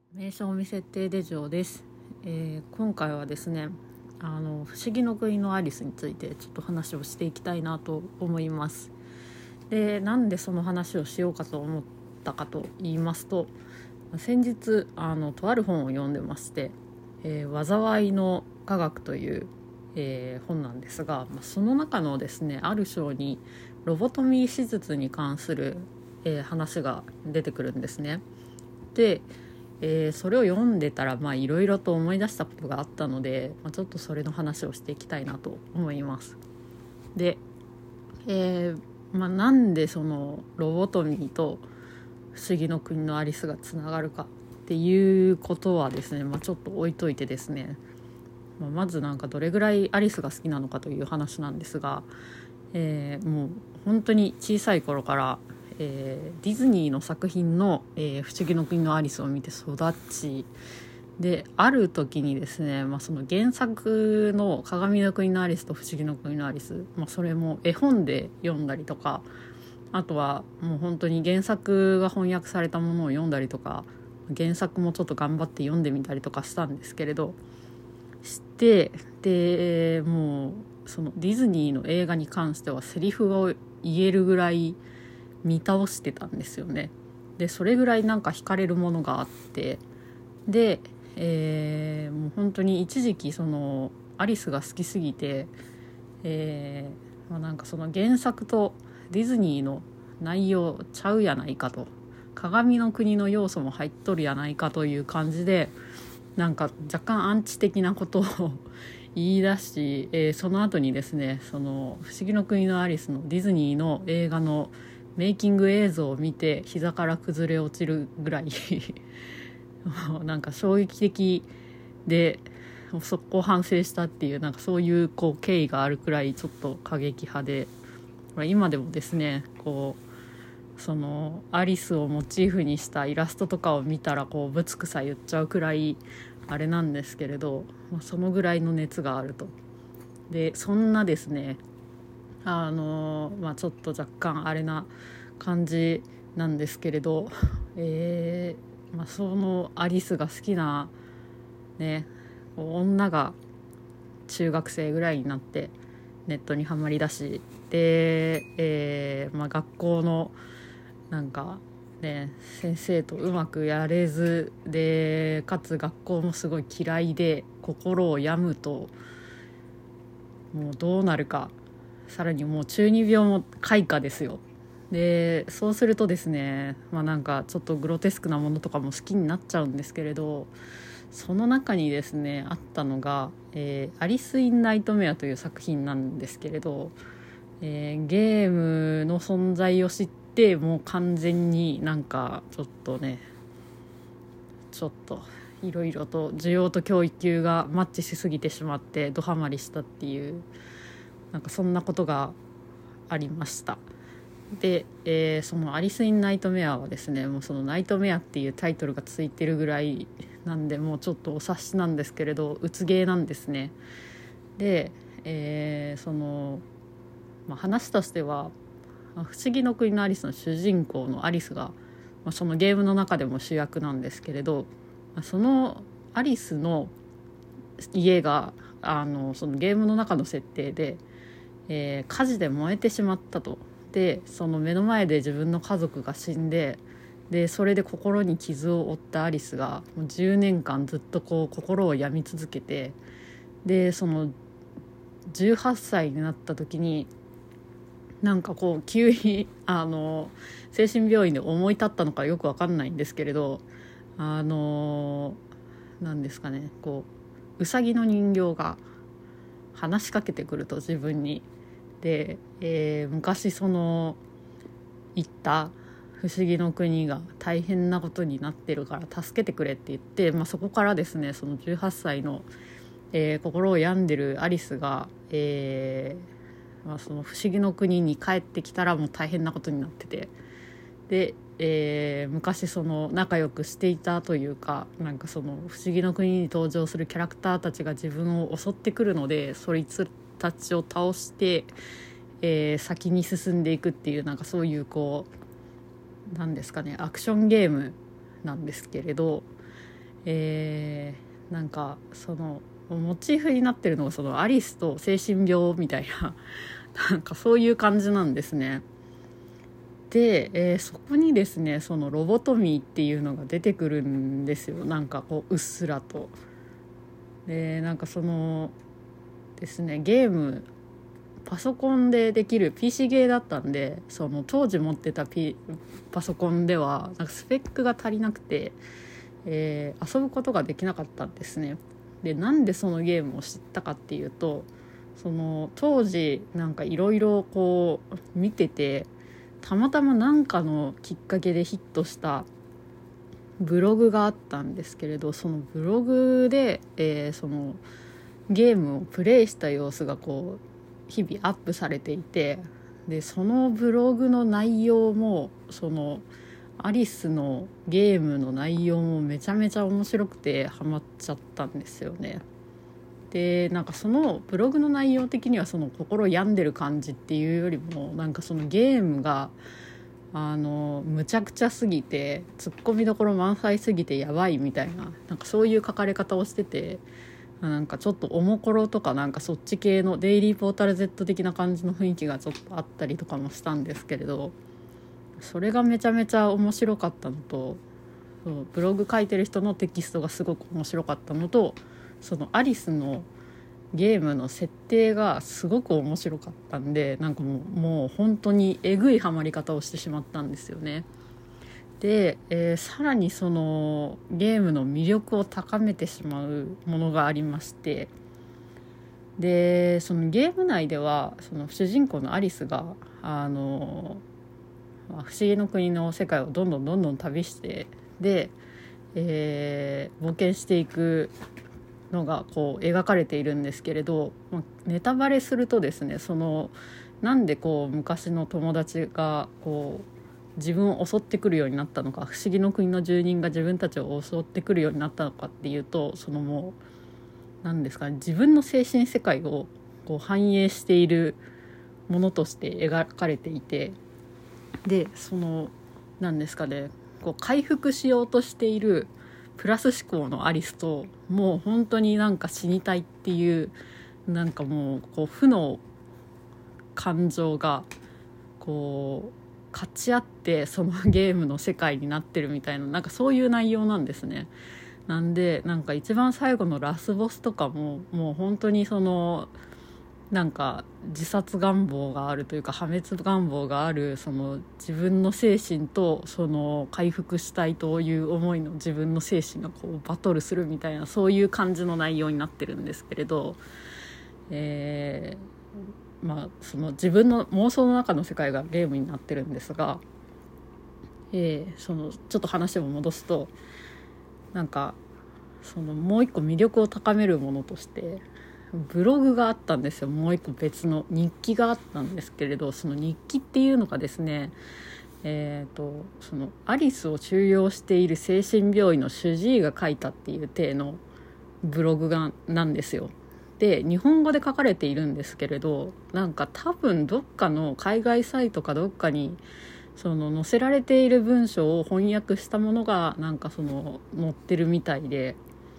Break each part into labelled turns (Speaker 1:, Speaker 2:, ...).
Speaker 1: 名称未設定手錠です。今回はですね不思議の国のアリスについてちょっと話をしていきたいなと思います。で、なんでその話をしようかと思ったかと言いますと、先日とある本を読んでまして、災いの科学という、本なんですが、その中のですねある章にロボトミー手術に関する、話が出てくるんですね。でそれを読んでたらいろいろと思い出したことがあったので、ちょっとそれの話をしていきたいなと思います。で、なんでそのロボトミーと不思議の国のアリスがつながるかっていうことはですね、ちょっと置いといてですね、まずどれぐらいアリスが好きなのかという話なんですが、もう本当に小さい頃からディズニーの作品の、不思議の国のアリスを見て育ち、である時にですね、その原作の鏡の国のアリスと不思議の国のアリス、それも絵本で読んだりとか、あとはもう本当に原作が翻訳されたものを読んだりとか、原作もちょっと頑張って読んでみたりとかしたんですけれどして、でもうそのディズニーの映画に関してはセリフを言えるぐらい見倒してたんですよね。でそれぐらい惹かれるものがあって、で、もう本当に一時期そのアリスが好きすぎて、その原作とディズニーの内容ちゃうやないかと、鏡の国の要素も入っとるやないかという感じで、若干アンチ的なことを言い出し、その後にですね、その不思議の国のアリスのディズニーの映画のメイキング映像を見て膝から崩れ落ちるぐらい衝撃的で速攻反省したっていう、そういう経緯があるくらいちょっと過激派で、今でもですねそのアリスをモチーフにしたイラストとかを見たらぶつくさ言っちゃうくらいあれなんですけれど、そのぐらいの熱があると。でそんなですねちょっと若干あれな感じなんですけれど、そのアリスが好きなね女が中学生ぐらいになってネットにはまりだし、で、学校の先生とうまくやれずで、かつ学校もすごい嫌いで心を病むと、もうどうなるか、さらにもう中二病も開花ですよ。でそうするとですね、ちょっとグロテスクなものとかも好きになっちゃうんですけれど、その中にですねあったのが、アリス・イン・ナイトメアという作品なんですけれど、ゲームの存在を知ってもう完全にちょっとねいろいろと需要と供給がマッチしすぎてしまってドハマりしたっていう、そんなことがありました。で、そのアリス・イン・ナイトメアはですね、もうそのナイトメアっていうタイトルがついてるぐらいなんで、もうちょっとお察しなんですけれど、うつゲーなんですね。で、話としては不思議の国のアリスの主人公のアリスが、そのゲームの中でも主役なんですけれど、そのアリスの家がそのゲームの中の設定で、火事で燃えてしまったと。でその目の前で自分の家族が死んで、それで心に傷を負ったアリスがもう10年間ずっと心を病み続けて、でその18歳になった時に急に精神病院で思い立ったのかよく分かんないんですけれど、なんですかね、うさぎの人形が話しかけてくると自分に。で、昔その行った不思議の国が大変なことになってるから助けてくれって言って、そこからですねその18歳の、心を病んでるアリスが、その不思議の国に帰ってきたらもう大変なことになってて、で、昔その仲良くしていたというか、その不思議の国に登場するキャラクターたちが自分を襲ってくるので、そいつたちを倒して、先に進んでいくっていう、そういうなんですかね、アクションゲームなんですけれど、 なんかそのモチーフになってるのがそのアリスと精神病みたいななんかそういう感じなんですね。で、そこにですねそのロボトミーっていうのが出てくるんですよ。なんかこううっすらと。でなんかそのですねゲームパソコンでできる PC ゲーだったんで、その当時持ってた、パソコンではなんかスペックが足りなくて、遊ぶことができなかったんですね。でなんでそのゲームを知ったかっていうと、その当時なんかいろいろこう見てて、たまたまなんかのきっかけでヒットしたブログがあったんですけれど、そのブログで、そのゲームをプレイした様子がこう日々アップされていて、でそのブログの内容もそのアリスのゲームの内容もめちゃめちゃ面白くてハマっちゃったんですよね。でなんかそのブログの内容的にはその心病んでる感じっていうよりも、なんかそのゲームがむちゃくちゃすぎてツッコミどころ満載すぎてやばいみたいな、なんかそういう書かれ方をしてて、なんかちょっとおもころとかなんかそっち系のデイリーポータル Z 的な感じの雰囲気がちょっとあったりとかもしたんですけれど、それがめちゃめちゃ面白かったのと、ブログ書いてる人のテキストがすごく面白かったのと、そのアリスのゲームの設定がすごく面白かったんで、なんかもう本当にえぐいハマり方をしてしまったんですよね。で、さらにそのゲームの魅力を高めてしまうものがありまして、でそのゲーム内ではその主人公のアリスが不思議の国の世界をどんどん旅してで、冒険していくのがこう描かれているんですけれど、ネタバレするとですね、そのなんでこう昔の友達がこう自分を襲ってくるようになったのか、不思議の国の住人が自分たちを襲ってくるようになったのかっていうと、そのもう何ですかね、自分の精神世界をこう反映しているものとして描かれていて、でその何ですかね、こう回復しようとしているプラス思考のアリスと、もう本当になんか死にたいっていうなんかもうこう負の感情がこう勝ち合ってそのゲームの世界になってるみたいな、なんかそういう内容なんですね。なんでなんか一番最後のラスボスとかももう本当にそのなんか自殺願望があるというか破滅願望があるその自分の精神とその回復したいという思いの自分の精神がこうバトルするみたいな、そういう感じの内容になってるんですけれど、その自分の妄想の中の世界がゲームになってるんですが、そのちょっと話を戻すと、なんかそのもう一個魅力を高めるものとしてブログがあったんですよ。もう一個別の日記があったんですけれど、その日記っていうのがですね、そのアリスを収容している精神病院の主治医が書いたっていう体のブログなんですよ。で日本語で書かれているんですけれど、なんか多分どっかの海外サイトかどっかにその載せられている文章を翻訳したものがなんかその載ってるみたいで、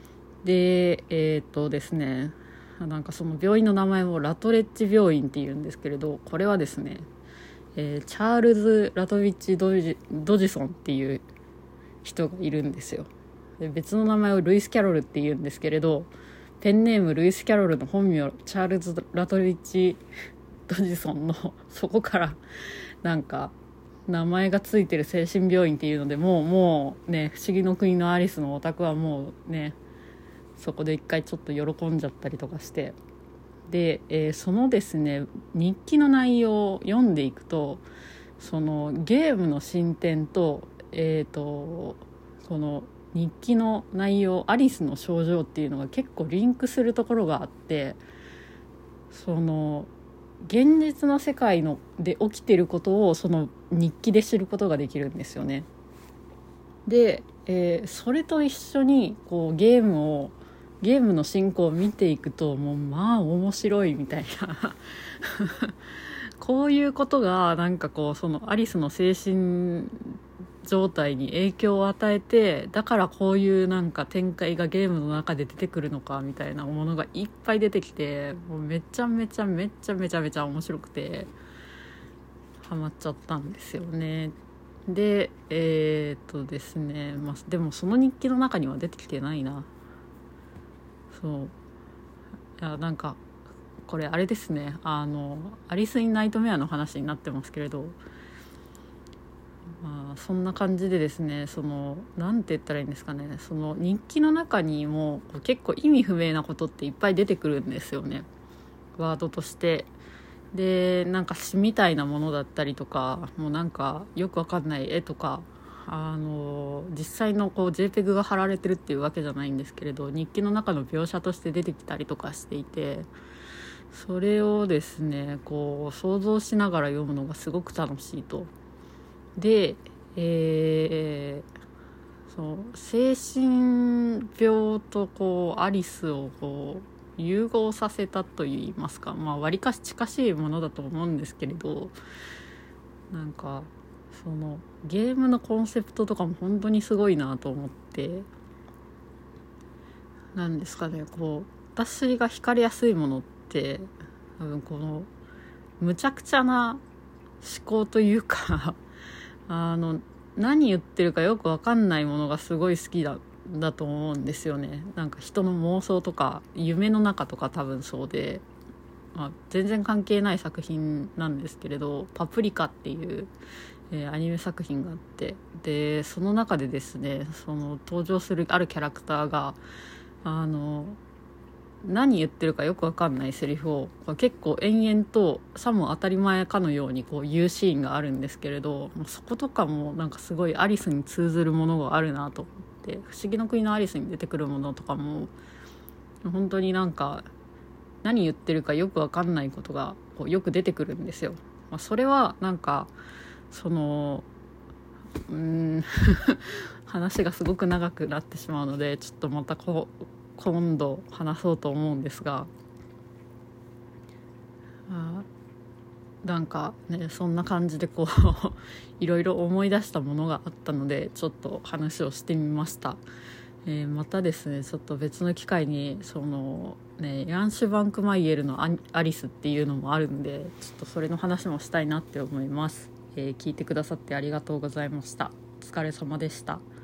Speaker 1: ですね、なんかその病院の名前をラトレッジ病院っていうんですけれど、これはですね、チャールズ・ラトビッチ・ドジソンっていう人がいるんですよ。で別の名前をルイス・キャロルっていうんですけれど、ペンネームルイス・キャロルの本名チャールズ・ラトビッチ・ドジソンのそこからなんか名前がついてる精神病院っていうので、もうね、不思議の国のアリスのオタクはもうね、そこで一回ちょっと喜んじゃったりとかして、で、そのですね日記の内容を読んでいくと、そのゲームの進展とこの日記の内容、アリスの症状っていうのが結構リンクするところがあって、その現実の世界で起きてることをその日記で知ることができるんですよね。で、それと一緒にこうゲームの進行を見ていくと、もうまあ面白いみたいなこういうことがなんかこうそのアリスの精神状態に影響を与えて、だからこういうなんか展開がゲームの中で出てくるのかみたいなものがいっぱい出てきて、もうめちゃめちゃめちゃめちゃめちゃ面白くてハマっちゃったんですよね。でですね、でもその日記の中には出てきてないな。そういやなんかこれあれですね、アリス・イン・ナイトメアの話になってますけれど、そんな感じでですね、なんて言ったらいいんですかね、その日記の中にも結構意味不明なことっていっぱい出てくるんですよね、ワードとして。でなんか詩みたいなものだったりとか、もうなんかよくわかんない絵とか、実際のJPEG が貼られてるっていうわけじゃないんですけれど、日記の中の描写として出てきたりとかしていて、それをですね想像しながら読むのがすごく楽しいと。で、そう精神病とアリスを融合させたといいますか、わりかし近しいものだと思うんですけれど、なんかゲームのコンセプトとかも本当にすごいなと思って、なんですかね、私が惹かれやすいものって多分むちゃくちゃな思考というか何言ってるかよく分かんないものがすごい好きだと思うんですよね。なんか人の妄想とか夢の中とか多分そうで、全然関係ない作品なんですけれど、パプリカっていう、アニメ作品があって、でその中でですね、登場するあるキャラクターが何言ってるかよく分かんないセリフを結構延々とさも当たり前かのように言うシーンがあるんですけれど、そことかもなんかすごいアリスに通ずるものがあるなと思って、不思議の国のアリスに出てくるものとかも本当になんか何言ってるかよく分かんないことがよく出てくるんですよ。それはなんか話がすごく長くなってしまうので、ちょっとまた今度話そうと思うんですが、なんかね、そんな感じでいろいろ思い出したものがあったので、ちょっと話をしてみました。またですね、ちょっと別の機会にヤンシュバンクマイエルのアリスっていうのもあるんで、ちょっとそれの話もしたいなって思います。聞いてくださってありがとうございました。お疲れ様でした。